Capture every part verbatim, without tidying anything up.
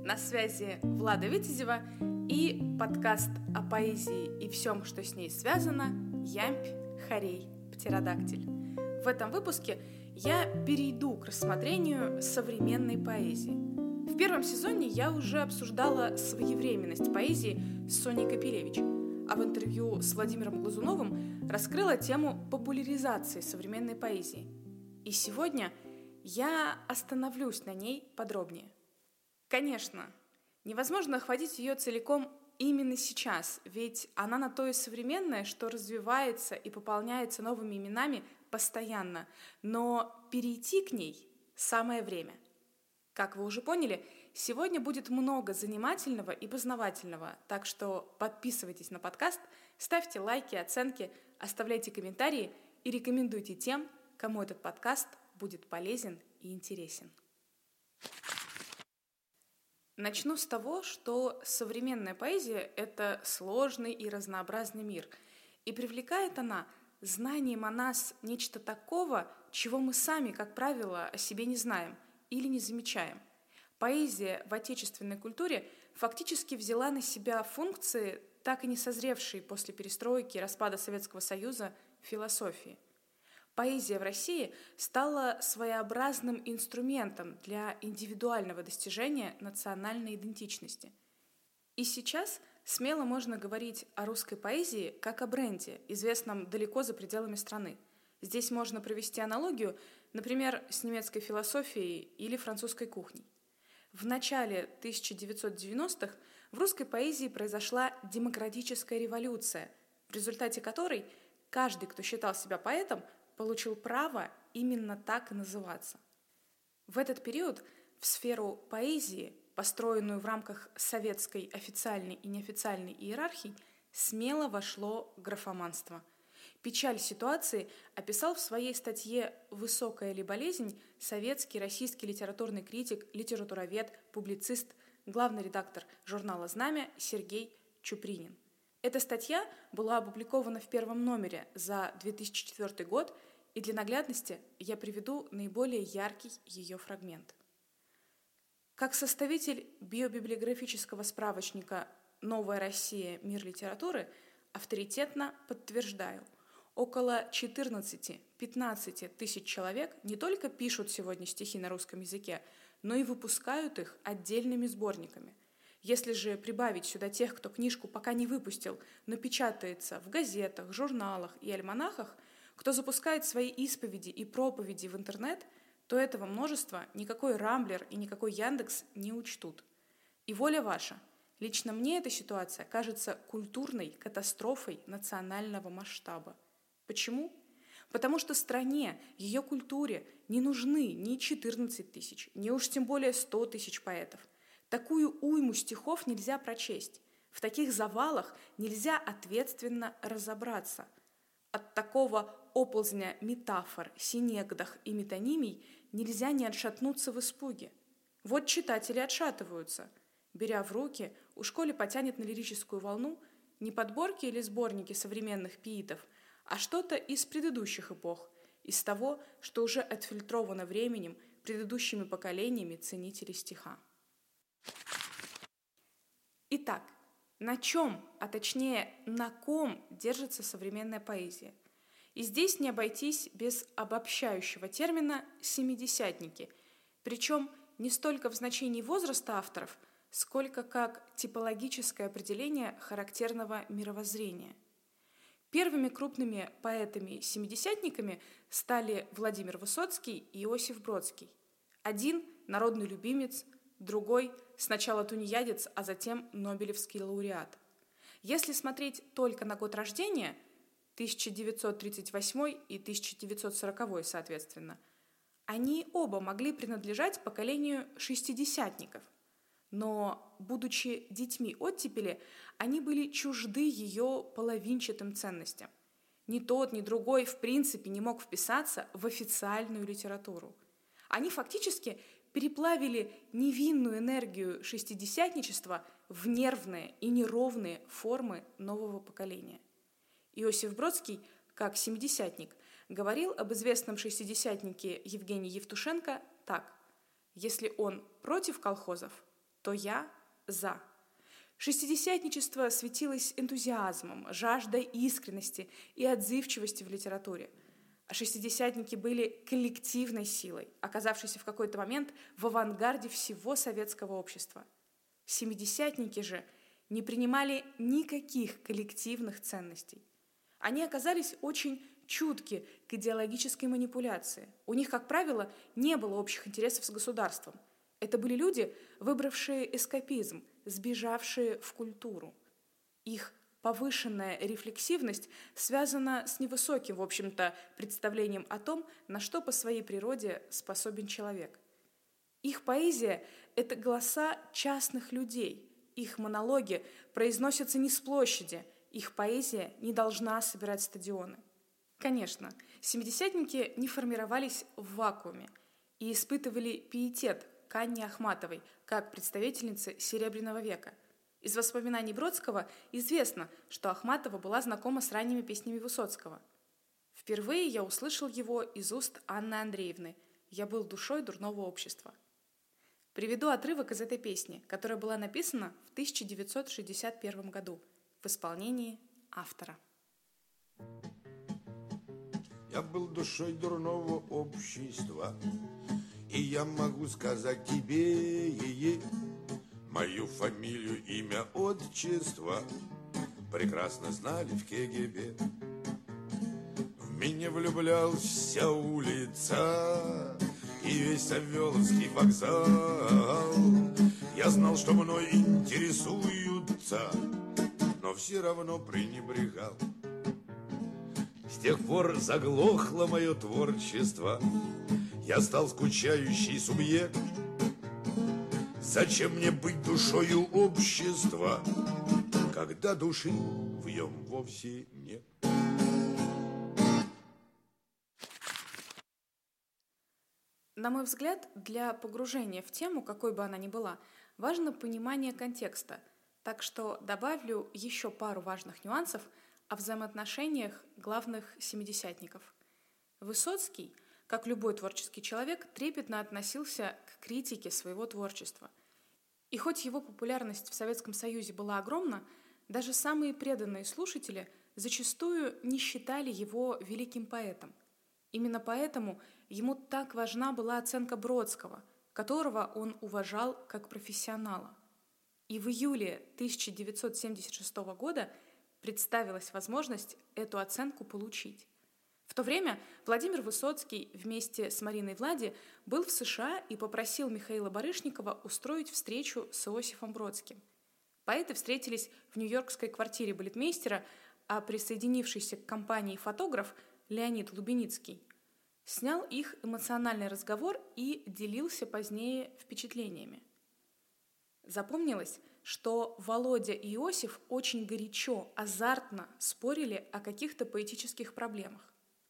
На связи Влада Витязева и подкаст о поэзии и всем, что с ней связано, Ямб, Хорей, Птеродактиль. В этом выпуске я перейду к рассмотрению современной поэзии. В первом сезоне я уже обсуждала своевременность поэзии с Соней Капелевич, а в интервью с Владимиром Глазуновым раскрыла тему популяризации современной поэзии. И сегодня я остановлюсь на ней подробнее. Конечно, невозможно охватить ее целиком именно сейчас, ведь она на то и современная, что развивается и пополняется новыми именами постоянно, но перейти к ней самое время. Как вы уже поняли, сегодня будет много занимательного и познавательного, так что подписывайтесь на подкаст, ставьте лайки, оценки, оставляйте комментарии и рекомендуйте тем, кому этот подкаст будет полезен и интересен. Начну с того, что современная поэзия — это сложный и разнообразный мир, и привлекает она знанием о нас нечто такого, чего мы сами, как правило, о себе не знаем или не замечаем. Поэзия в отечественной культуре фактически взяла на себя функции, так и не созревшие после перестройки и распада Советского Союза, философии. Поэзия в России стала своеобразным инструментом для индивидуального достижения национальной идентичности. И сейчас смело можно говорить о русской поэзии как о бренде, известном далеко за пределами страны. Здесь можно провести аналогию, например, с немецкой философией или французской кухней. В начале тысяча девятьсот девяностых в русской поэзии произошла демократическая революция, в результате которой каждый, кто считал себя поэтом, получил право именно так и называться. В этот период в сферу поэзии, построенную в рамках советской официальной и неофициальной иерархии, смело вошло графоманство. Печаль ситуации описал в своей статье «Высокая ли болезнь» советский российский литературный критик, литературовед, публицист, главный редактор журнала «Знамя» Сергей Чупринин. Эта статья была опубликована в первом номере за две тысячи четвёртый год, и для наглядности я приведу наиболее яркий ее фрагмент. Как составитель биобиблиографического справочника «Новая Россия. Мир литературы» авторитетно подтверждаю, около четырнадцать-пятнадцать тысяч человек не только пишут сегодня стихи на русском языке, но и выпускают их отдельными сборниками. Если же прибавить сюда тех, кто книжку пока не выпустил, но печатается в газетах, журналах и альманахах, кто запускает свои исповеди и проповеди в интернет, то этого множества никакой Рамблер и никакой Яндекс не учтут. И воля ваша. Лично мне эта ситуация кажется культурной катастрофой национального масштаба. Почему? Потому что стране, ее культуре не нужны ни четырнадцать тысяч, ни уж тем более сто тысяч поэтов. Такую уйму стихов нельзя прочесть. В таких завалах нельзя ответственно разобраться. От такого оползня метафор, синегдах и метонимий нельзя не отшатнуться в испуге. Вот читатели отшатываются. Беря в руки, у школе потянет на лирическую волну не подборки или сборники современных пиитов, а что-то из предыдущих эпох, из того, что уже отфильтровано временем, предыдущими поколениями ценителей стиха. Итак, на чем, а точнее на ком держится современная поэзия? И здесь не обойтись без обобщающего термина «семидесятники», причем не столько в значении возраста авторов, сколько как типологическое определение характерного мировоззрения. Первыми крупными поэтами-семидесятниками стали Владимир Высоцкий и Иосиф Бродский. Один – народный любимец, другой – сначала тунеядец, а затем Нобелевский лауреат. Если смотреть только на год рождения, тысяча девятьсот тридцать восьмой и тысяча девятьсот сороковой, соответственно, они оба могли принадлежать поколению шестидесятников. Но, будучи детьми оттепели, они были чужды ее половинчатым ценностям. Ни тот, ни другой в принципе не мог вписаться в официальную литературу. Они фактически переплавили невинную энергию шестидесятничества в нервные и неровные формы нового поколения. Иосиф Бродский, как семидесятник, говорил об известном шестидесятнике Евгении Евтушенко так: «Если он против колхозов, то я за. Шестидесятничество светилось энтузиазмом, жаждой искренности и отзывчивости в литературе. А шестидесятники были коллективной силой, оказавшейся в какой-то момент в авангарде всего советского общества. Семидесятники же не принимали никаких коллективных ценностей. Они оказались очень чутки к идеологической манипуляции. У них, как правило, не было общих интересов с государством. Это были люди, выбравшие эскапизм, сбежавшие в культуру. Их повышенная рефлексивность связана с невысоким, в общем-то, представлением о том, на что по своей природе способен человек. Их поэзия – это голоса частных людей. Их монологи произносятся не с площади. Их поэзия не должна собирать стадионы. Конечно, семидесятники не формировались в вакууме и испытывали пиетет к Анне Ахматовой как представительнице Серебряного века. Из воспоминаний Бродского известно, что Ахматова была знакома с ранними песнями Высоцкого. Впервые я услышал его из уст Анны Андреевны «Я был душой дурного общества». Приведу отрывок из этой песни, которая была написана в тысяча девятьсот шестьдесят первом году в исполнении автора. Я был душой дурного общества, и я могу сказать тебе е-е, мою фамилию, имя, отчество прекрасно знали в ка гэ бэ. В меня влюблялась вся улица и весь Савеловский вокзал. Я знал, что мной интересуются, но все равно пренебрегал. С тех пор заглохло мое творчество, я стал скучающий субъект. Зачем мне быть душою общества, когда души в нем вовсе нет? На мой взгляд, для погружения в тему, какой бы она ни была, важно понимание контекста, так что добавлю еще пару важных нюансов о взаимоотношениях главных семидесятников. Высоцкий, как любой творческий человек, трепетно относился к критике своего творчества. И хоть его популярность в Советском Союзе была огромна, даже самые преданные слушатели зачастую не считали его великим поэтом. Именно поэтому ему так важна была оценка Бродского, которого он уважал как профессионала. И в июле тысяча девятьсот семьдесят шестого года представилась возможность эту оценку получить. В то время Владимир Высоцкий вместе с Мариной Влади был в США и попросил Михаила Барышникова устроить встречу с Иосифом Бродским. Поэты встретились в нью-йоркской квартире балетмейстера, а присоединившийся к компании фотограф Леонид Лубеницкий снял их эмоциональный разговор и делился позднее впечатлениями. Запомнилось, что Володя и Иосиф очень горячо, азартно спорили о каких-то поэтических проблемах.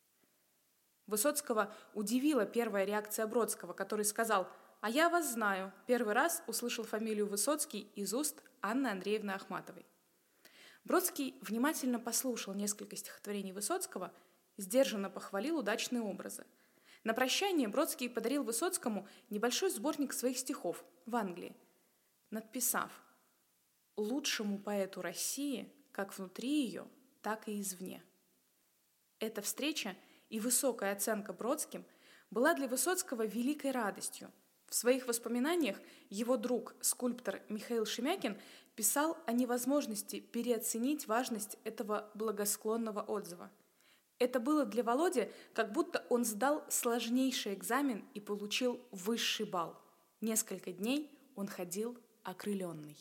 Высоцкого удивила первая реакция Бродского, который сказал: «А я вас знаю, первый раз услышал фамилию Высоцкий из уст Анны Андреевны Ахматовой». Бродский внимательно послушал несколько стихотворений Высоцкого, сдержанно похвалил удачные образы. На прощание Бродский подарил Высоцкому небольшой сборник своих стихов в Англии, надписав: «Лучшему поэту России как внутри ее, так и извне». Эта встреча и высокая оценка Бродским была для Высоцкого великой радостью. В своих воспоминаниях его друг, скульптор Михаил Шемякин, писал о невозможности переоценить важность этого благосклонного отзыва. Это было для Володи, как будто он сдал сложнейший экзамен и получил высший балл. Несколько дней он ходил окрыленный.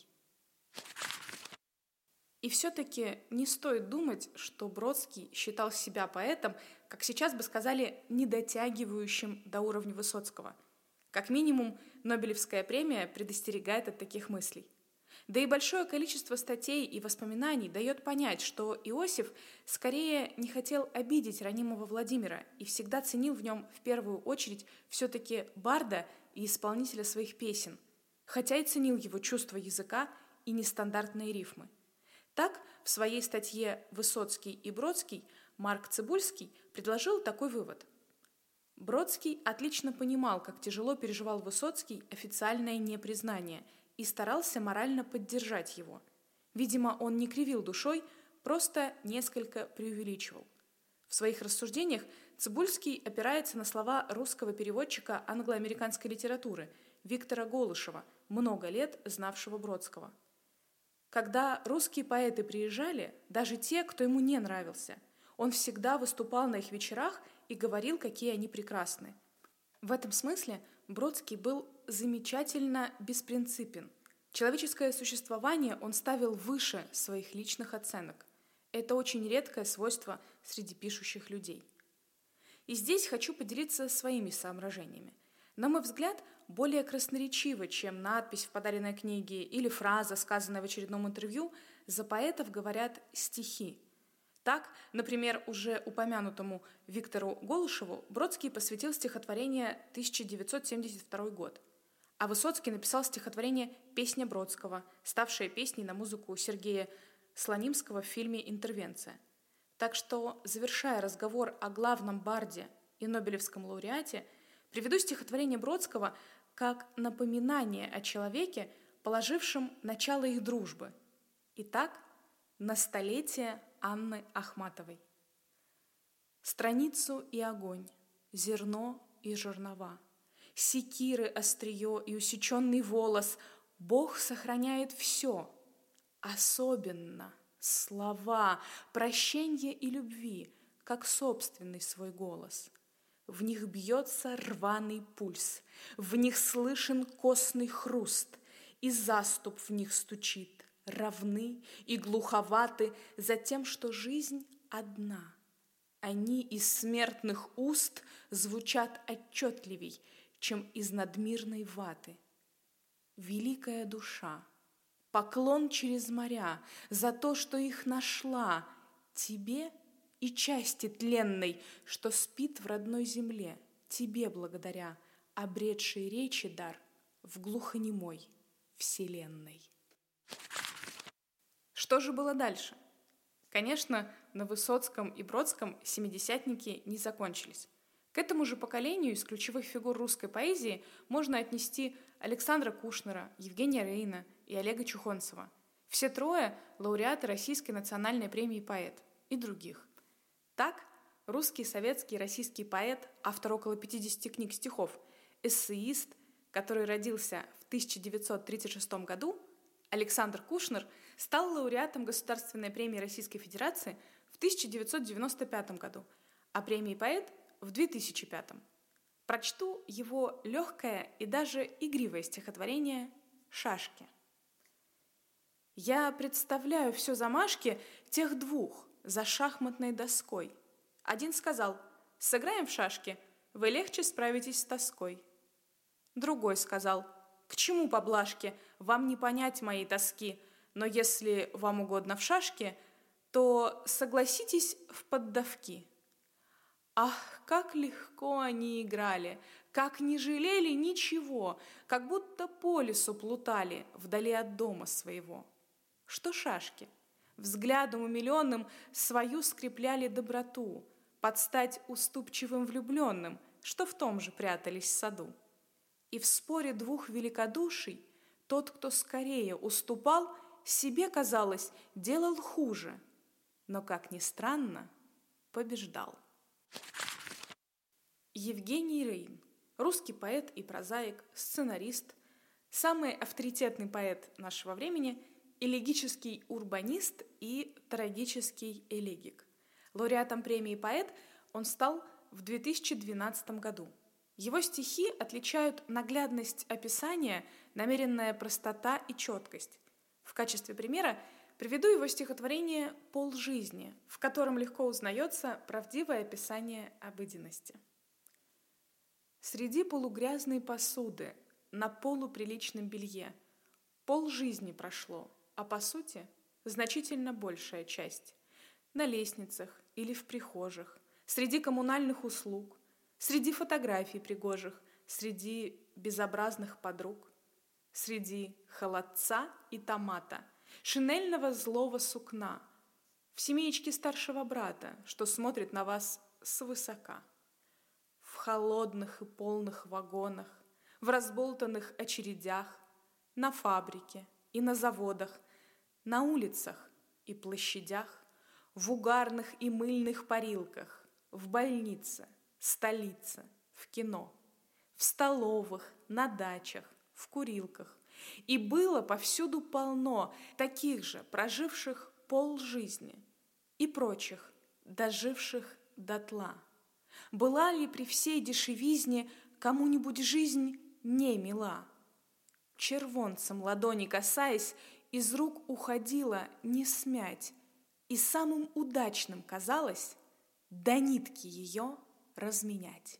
И все-таки не стоит думать, что Бродский считал себя поэтом, как сейчас бы сказали, недотягивающим до уровня Высоцкого. Как минимум, Нобелевская премия предостерегает от таких мыслей. Да и большое количество статей и воспоминаний дает понять, что Иосиф скорее не хотел обидеть ранимого Владимира и всегда ценил в нем в первую очередь все-таки барда и исполнителя своих песен, хотя и ценил его чувство языка и нестандартные рифмы. Так, в своей статье «Высоцкий и Бродский» Марк Цибульский предложил такой вывод. Бродский отлично понимал, как тяжело переживал Высоцкий официальное непризнание и старался морально поддержать его. Видимо, он не кривил душой, просто несколько преувеличивал. В своих рассуждениях Цыбульский опирается на слова русского переводчика англо-американской литературы Виктора Голышева, много лет знавшего Бродского. Когда русские поэты приезжали, даже те, кто ему не нравился, он всегда выступал на их вечерах и говорил, какие они прекрасны. В этом смысле Бродский был замечательно беспринципен. Человеческое существование он ставил выше своих личных оценок. Это очень редкое свойство среди пишущих людей. И здесь хочу поделиться своими соображениями. На мой взгляд, более красноречиво, чем надпись в подаренной книге или фраза, сказанная в очередном интервью, за поэтов говорят стихи. Так, например, уже упомянутому Виктору Голышеву Бродский посвятил стихотворение тысяча девятьсот семьдесят второй год, а Высоцкий написал стихотворение «Песня Бродского», ставшее песней на музыку Сергея Слонимского в фильме «Интервенция». Так что, завершая разговор о главном барде и Нобелевском лауреате, приведу стихотворение Бродского как напоминание о человеке, положившем начало их дружбы. Итак, на столетие Анны Ахматовой. Страницу и огонь, зерно и жернова, секиры острие и усеченный волос, Бог сохраняет все, особенно слова, прощенья и любви, как собственный свой голос. В них бьется рваный пульс, в них слышен костный хруст, и заступ в них стучит, равны и глуховаты за тем, что жизнь одна. Они из смертных уст звучат отчетливей, чем из надмирной ваты. Великая душа, поклон через моря за то, что их нашла, тебе и части тленной, что спит в родной земле, тебе благодаря, обретшей речи дар в глухонемой вселенной. Что же было дальше? Конечно, на Высоцком и Бродском семидесятники не закончились. К этому же поколению из ключевых фигур русской поэзии можно отнести Александра Кушнера, Евгения Рейна и Олега Чухонцева. Все трое – лауреаты Российской национальной премии «Поэт» и других. Так, русский, советский, российский поэт, автор около пятидесяти книг стихов, эссеист, который родился в тысяча девятьсот тридцать шестом году, Александр Кушнер стал лауреатом Государственной премии Российской Федерации в тысяча девятьсот девяносто пятом году, а премии «Поэт» в две тысячи пятом. Прочту его легкое и даже игривое стихотворение «Шашки». Я представляю все замашки тех двух за шахматной доской. Один сказал: «Сыграем в шашки, вы легче справитесь с тоской». Другой сказал: «К чему поблажки, вам не понять моей тоски, но если вам угодно в шашки, то согласитесь в поддавки». Ах, как легко они играли, как не жалели ничего, как будто по лесу плутали вдали от дома своего. Что шашки? Взглядом умиленным свою скрепляли доброту, под стать уступчивым влюбленным, что в том же прятались в саду. И в споре двух великодуший тот, кто скорее уступал, себе, казалось, делал хуже, но, как ни странно, побеждал. Евгений Рейн, русский поэт и прозаик, сценарист, самый авторитетный поэт нашего времени, элегический урбанист и трагический элегик. Лауреатом премии «Поэт» он стал в две тысячи двенадцатом году. Его стихи отличают наглядность описания, намеренная простота и четкость. В качестве примера приведу его стихотворение «Полжизни», в котором легко узнается правдивое описание обыденности. Среди полугрязной посуды, на полуприличном белье, полжизни прошло, а по сути значительно большая часть. На лестницах или в прихожих, среди коммунальных услуг, среди фотографий пригожих, среди безобразных подруг, среди холодца и томата, шинельного злого сукна, в семеечке старшего брата, что смотрит на вас свысока, в холодных и полных вагонах, в разболтанных очередях, на фабрике и на заводах, на улицах и площадях, в угарных и мыльных парилках, в больнице, столице, в кино, в столовых, на дачах, в курилках. И было повсюду полно таких же, проживших полжизни, и прочих, доживших дотла. Была ли при всей дешевизне кому-нибудь жизнь не мила? Червонцем ладони касаясь, из рук уходила не смять, и самым удачным казалось до нитки ее разменять.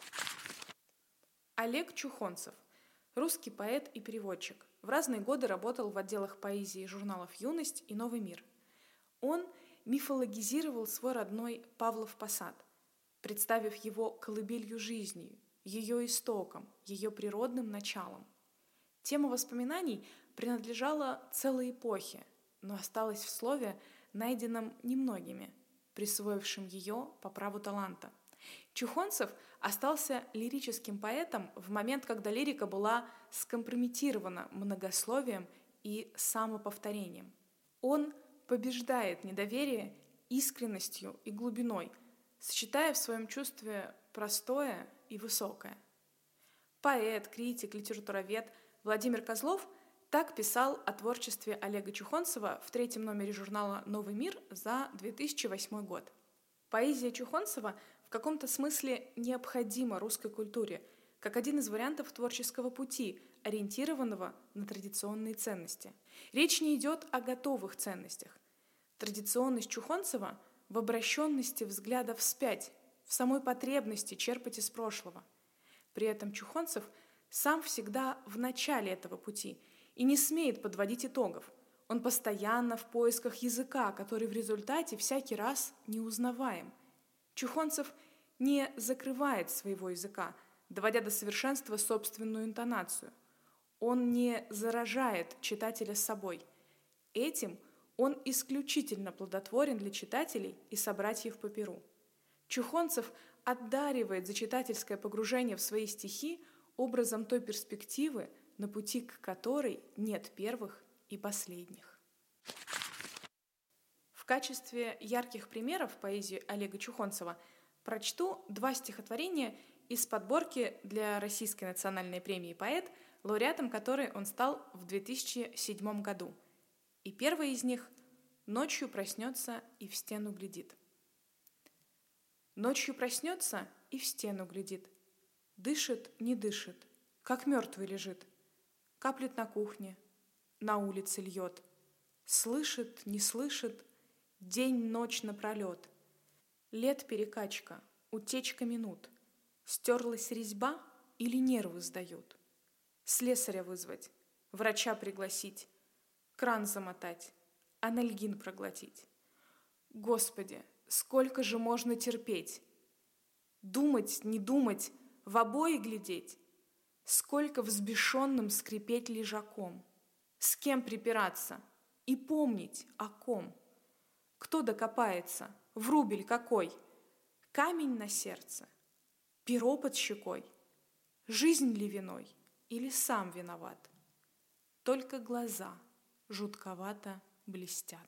Олег Чухонцев, русский поэт и переводчик, в разные годы работал в отделах поэзии журналов «Юность» и «Новый мир». Он мифологизировал свой родной Павлов Посад, представив его колыбелью жизни, ее истоком, ее природным началом. Тема воспоминаний принадлежала целой эпохе, но осталась в слове, найденном немногими, присвоившим ее по праву таланта. Чухонцев остался лирическим поэтом в момент, когда лирика была скомпрометирована многословием и самоповторением. Он побеждает недоверие искренностью и глубиной, сочетая в своем чувстве простое и высокое. Поэт, критик, литературовед Владимир Козлов так писал о творчестве Олега Чухонцева в третьем номере журнала «Новый мир» за две тысячи восьмой год. Поэзия Чухонцева в каком-то смысле необходима русской культуре, как один из вариантов творческого пути, ориентированного на традиционные ценности. Речь не идет о готовых ценностях. Традиционность Чухонцева в обращенности взгляда вспять, в самой потребности черпать из прошлого. При этом Чухонцев сам всегда в начале этого пути и не смеет подводить итогов. Он постоянно в поисках языка, который в результате всякий раз неузнаваем. Чухонцев не закрывает своего языка, доводя до совершенства собственную интонацию. Он не заражает читателя собой. Этим он исключительно плодотворен для читателей и собратьев по перу. Чухонцев одаривает за читательское погружение в свои стихи образом той перспективы, на пути к которой нет первых и последних. В качестве ярких примеров поэзии Олега Чухонцева прочту два стихотворения из подборки для Российской национальной премии «Поэт», лауреатом которой он стал в две тысячи седьмом году. И первое из них «Ночью проснется и в стену глядит». Ночью проснется и в стену глядит. Дышит, не дышит, как мертвый лежит. Каплет на кухне, на улице льет. Слышит, не слышит, день-ночь напролет. Лет перекачка, утечка минут. Стерлась резьба или нервы сдают. Слесаря вызвать, врача пригласить, кран замотать, анальгин проглотить. Господи, сколько же можно терпеть? Думать, не думать, в обои глядеть? Сколько взбешенным скрипеть лежаком? С кем припираться? И помнить о ком? Кто докопается? Врубель какой? Камень на сердце? Перо под щекой? Жизнь ли виной? Или сам виноват? Только глаза жутковато блестят.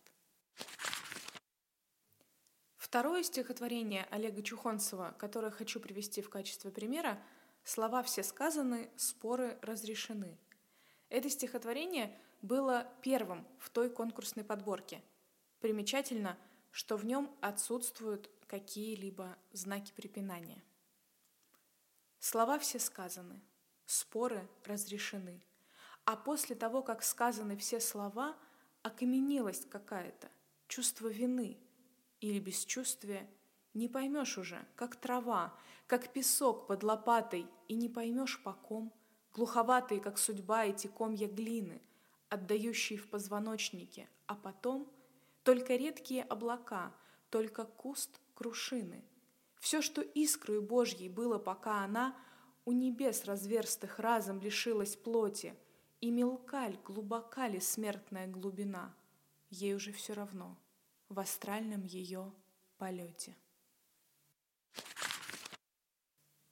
Второе стихотворение Олега Чухонцева, которое хочу привести в качестве примера, «Слова все сказаны, споры разрешены». Это стихотворение было первым в той конкурсной подборке. Примечательно, что в нем отсутствуют какие-либо знаки препинания. Слова все сказаны, споры разрешены. А после того, как сказаны все слова, окаменелость какая-то, чувство вины или бесчувствие, не поймешь уже, как трава, как песок под лопатой, и не поймешь по ком, глуховатые, как судьба, эти комья глины, отдающие в позвоночнике, а потом только редкие облака, только куст крушины. Все, что искрою Божьей было, пока она у небес разверстых разом лишилась плоти, и мелка ль, глубока ли смертная глубина, ей уже все равно в астральном ее полете.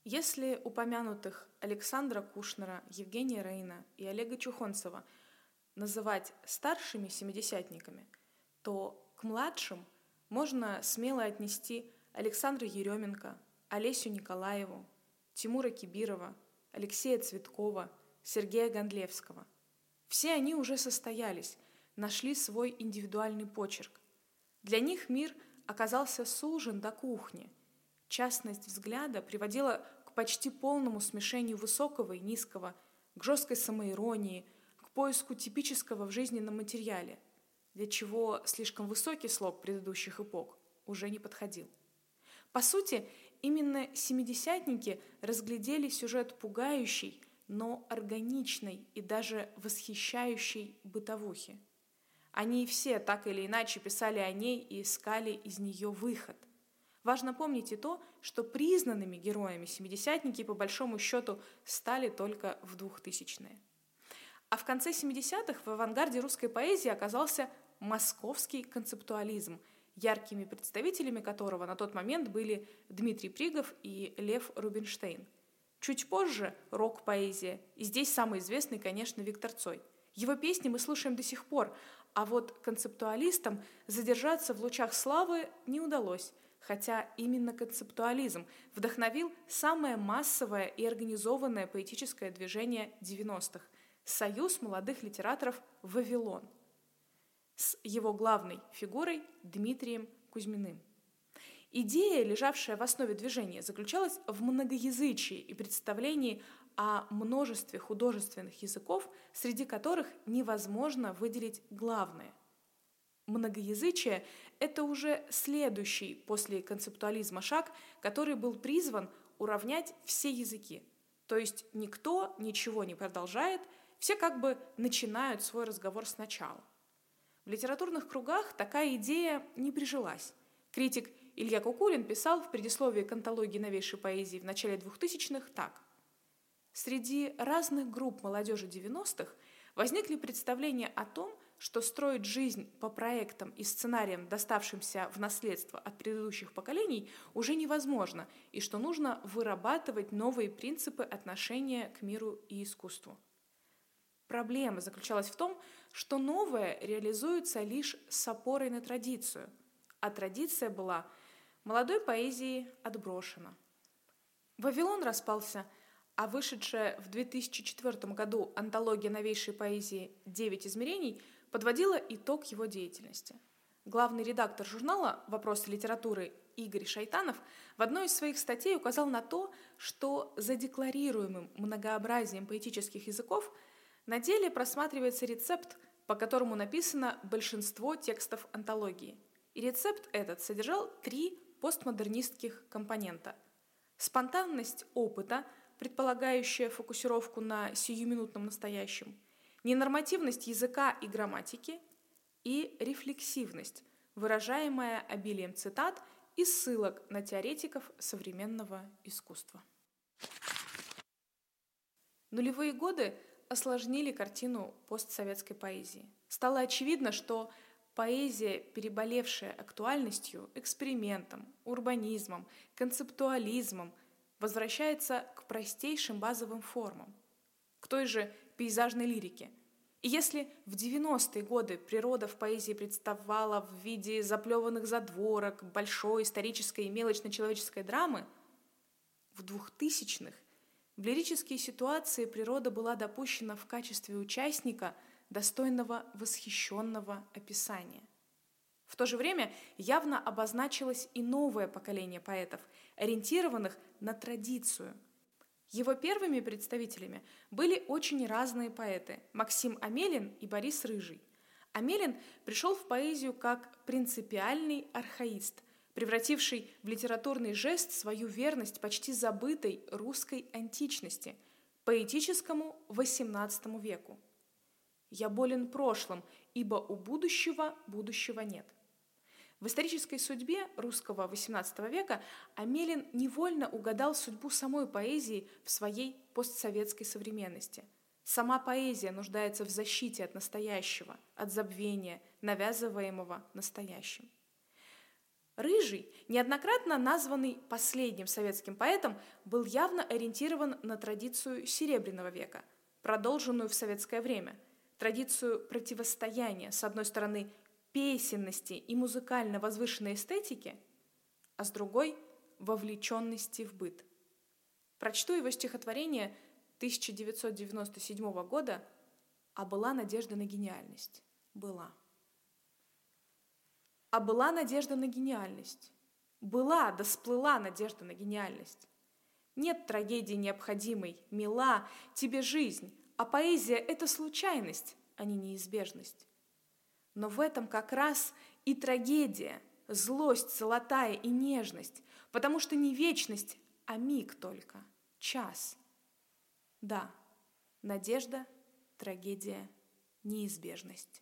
Если упомянутых Александра Кушнера, Евгения Рейна и Олега Чухонцева называть старшими семидесятниками, то к младшим можно смело отнести Александра Еременко, Олесю Николаеву, Тимура Кибирова, Алексея Цветкова, Сергея Гондлевского. Все они уже состоялись, нашли свой индивидуальный почерк. Для них мир оказался сужен до кухни. Частность взгляда приводила к почти полному смешению высокого и низкого, к жесткой самоиронии, к поиску типического в жизненном материале, для чего слишком высокий слог предыдущих эпох уже не подходил. По сути, именно семидесятники разглядели сюжет пугающей, но органичной и даже восхищающей бытовухи. Они все так или иначе писали о ней и искали из нее выход. Важно помнить и то, что признанными героями семидесятники по большому счету стали только в двухтысячные. А в конце семидесятых в авангарде русской поэзии оказался московский концептуализм, яркими представителями которого на тот момент были Дмитрий Пригов и Лев Рубинштейн. Чуть позже рок-поэзия, и здесь самый известный, конечно, Виктор Цой. Его песни мы слушаем до сих пор, а вот концептуалистам задержаться в лучах славы не удалось, хотя именно концептуализм вдохновил самое массовое и организованное поэтическое движение девяностых – Союз молодых литераторов «Вавилон» с его главной фигурой Дмитрием Кузьминым. Идея, лежавшая в основе движения, заключалась в многоязычии и представлении о множестве художественных языков, среди которых невозможно выделить главное. Многоязычие – это уже следующий после концептуализма шаг, который был призван уравнять все языки. То есть никто ничего не продолжает, все как бы начинают свой разговор сначала. В литературных кругах такая идея не прижилась. Критик Илья Кукулин писал в предисловии к антологии новейшей поэзии в начале двухтысячных так. Среди разных групп молодежи девяностых возникли представления о том, что строить жизнь по проектам и сценариям, доставшимся в наследство от предыдущих поколений, уже невозможно, и что нужно вырабатывать новые принципы отношения к миру и искусству. Проблема заключалась в том, что новое реализуется лишь с опорой на традицию, а традиция была молодой поэзией отброшена. Вавилон распался, а вышедшая в две тысячи четвёртом году антология новейшей поэзии «Девять измерений» подводила итог его деятельности. Главный редактор журнала «Вопросы литературы» Игорь Шайтанов в одной из своих статей указал на то, что за декларируемым многообразием поэтических языков на деле просматривается рецепт, по которому написано большинство текстов антологии. И рецепт этот содержал три постмодернистских компонента. Спонтанность опыта, предполагающая фокусировку на сиюминутном настоящем, ненормативность языка и грамматики и рефлексивность, выражаемая обилием цитат и ссылок на теоретиков современного искусства. Нулевые годы осложнили картину постсоветской поэзии. Стало очевидно, что поэзия, переболевшая актуальностью, экспериментом, урбанизмом, концептуализмом, возвращается к простейшим базовым формам, к той же пейзажной лирике. И если в девяностые годы природа в поэзии представала в виде заплеванных задворок, большой исторической и мелочно-человеческой драмы, в двухтысячных в лирические ситуации природа была допущена в качестве участника, достойного восхищенного описания. В то же время явно обозначилось и новое поколение поэтов, ориентированных на традицию. Его первыми представителями были очень разные поэты – Максим Амелин и Борис Рыжий. Амелин пришел в поэзию как принципиальный архаист, превративший в литературный жест свою верность почти забытой русской античности, поэтическому восемнадцатому веку. «Я болен прошлым, ибо у будущего будущего нет». В исторической судьбе русского восемнадцатого века Амелин невольно угадал судьбу самой поэзии в своей постсоветской современности. Сама поэзия нуждается в защите от настоящего, от забвения, навязываемого настоящим. Рыжий, неоднократно названный последним советским поэтом, был явно ориентирован на традицию Серебряного века, продолженную в советское время, традицию противостояния, с одной стороны, песенности и музыкально возвышенной эстетики, а с другой – вовлеченности в быт. Прочту его стихотворение тысяча девятьсот девяносто седьмого года «А была надежда на гениальность». Была. А была надежда на гениальность. Была, да сплыла надежда на гениальность. Нет трагедии необходимой, мила тебе жизнь, а поэзия — это случайность, а не неизбежность. Но в этом как раз и трагедия, злость золотая и нежность, потому что не вечность, а миг только, час. Да, надежда, трагедия, неизбежность.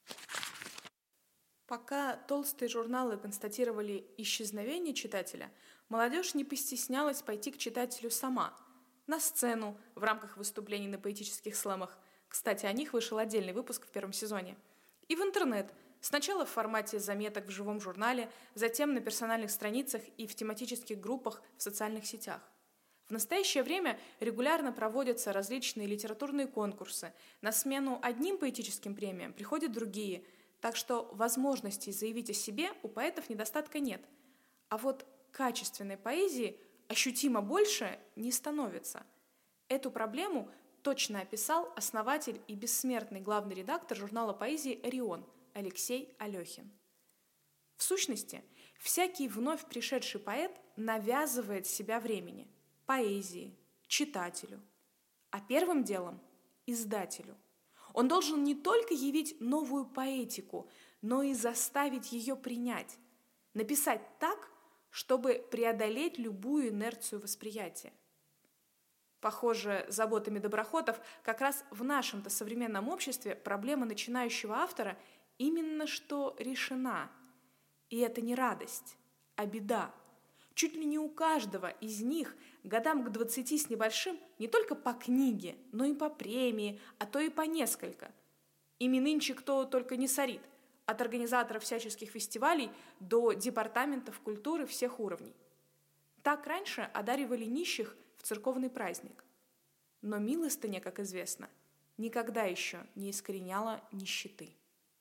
Пока толстые журналы констатировали исчезновение читателя, молодежь не постеснялась пойти к читателю сама, на сцену в рамках выступлений на поэтических слэмах. Кстати, о них вышел отдельный выпуск в первом сезоне. И в интернет, сначала в формате заметок в живом журнале, затем на персональных страницах и в тематических группах в социальных сетях. В настоящее время регулярно проводятся различные литературные конкурсы. На смену одним поэтическим премиям приходят другие – так что возможностей заявить о себе у поэтов недостатка нет. А вот качественной поэзии ощутимо больше не становится. Эту проблему точно описал основатель и бессмертный главный редактор журнала поэзии «Орион» Алексей Алехин. В сущности, всякий вновь пришедший поэт навязывает себя времени, поэзии, читателю, а первым делом – издателю. Он должен не только явить новую поэтику, но и заставить ее принять, написать так, чтобы преодолеть любую инерцию восприятия. Похоже, заботами доброхотов как раз в нашем-то современном обществе проблема начинающего автора именно что решена. И это не радость, а беда. Чуть ли не у каждого из них годам к двадцати с небольшим не только по книге, но и по премии, а то и по несколько. Ими нынче кто только не сорит, от организаторов всяческих фестивалей до департаментов культуры всех уровней. Так раньше одаривали нищих в церковный праздник. Но милостыня, как известно, никогда еще не искореняла нищеты.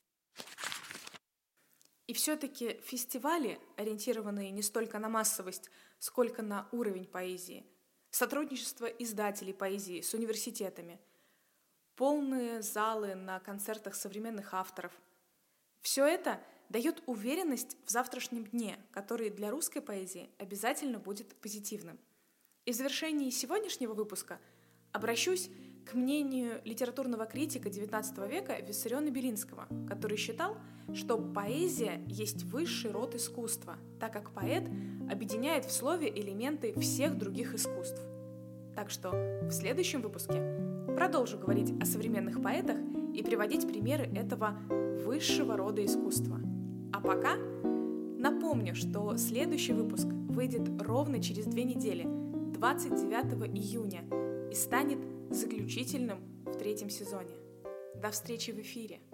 И все-таки фестивали, ориентированные не столько на массовость, сколько на уровень поэзии, сотрудничество издателей поэзии с университетами, полные залы на концертах современных авторов – все это дает уверенность в завтрашнем дне, который для русской поэзии обязательно будет позитивным. И в завершении сегодняшнего выпуска обращусь к мнению литературного критика девятнадцатого века Виссариона Белинского, который считал, что поэзия есть высший род искусства, так как поэт объединяет в слове элементы всех других искусств. Так что в следующем выпуске продолжу говорить о современных поэтах и приводить примеры этого высшего рода искусства. А пока напомню, что следующий выпуск выйдет ровно через две недели, двадцать девятого июня, и станет заключительным в третьем сезоне. До встречи в эфире!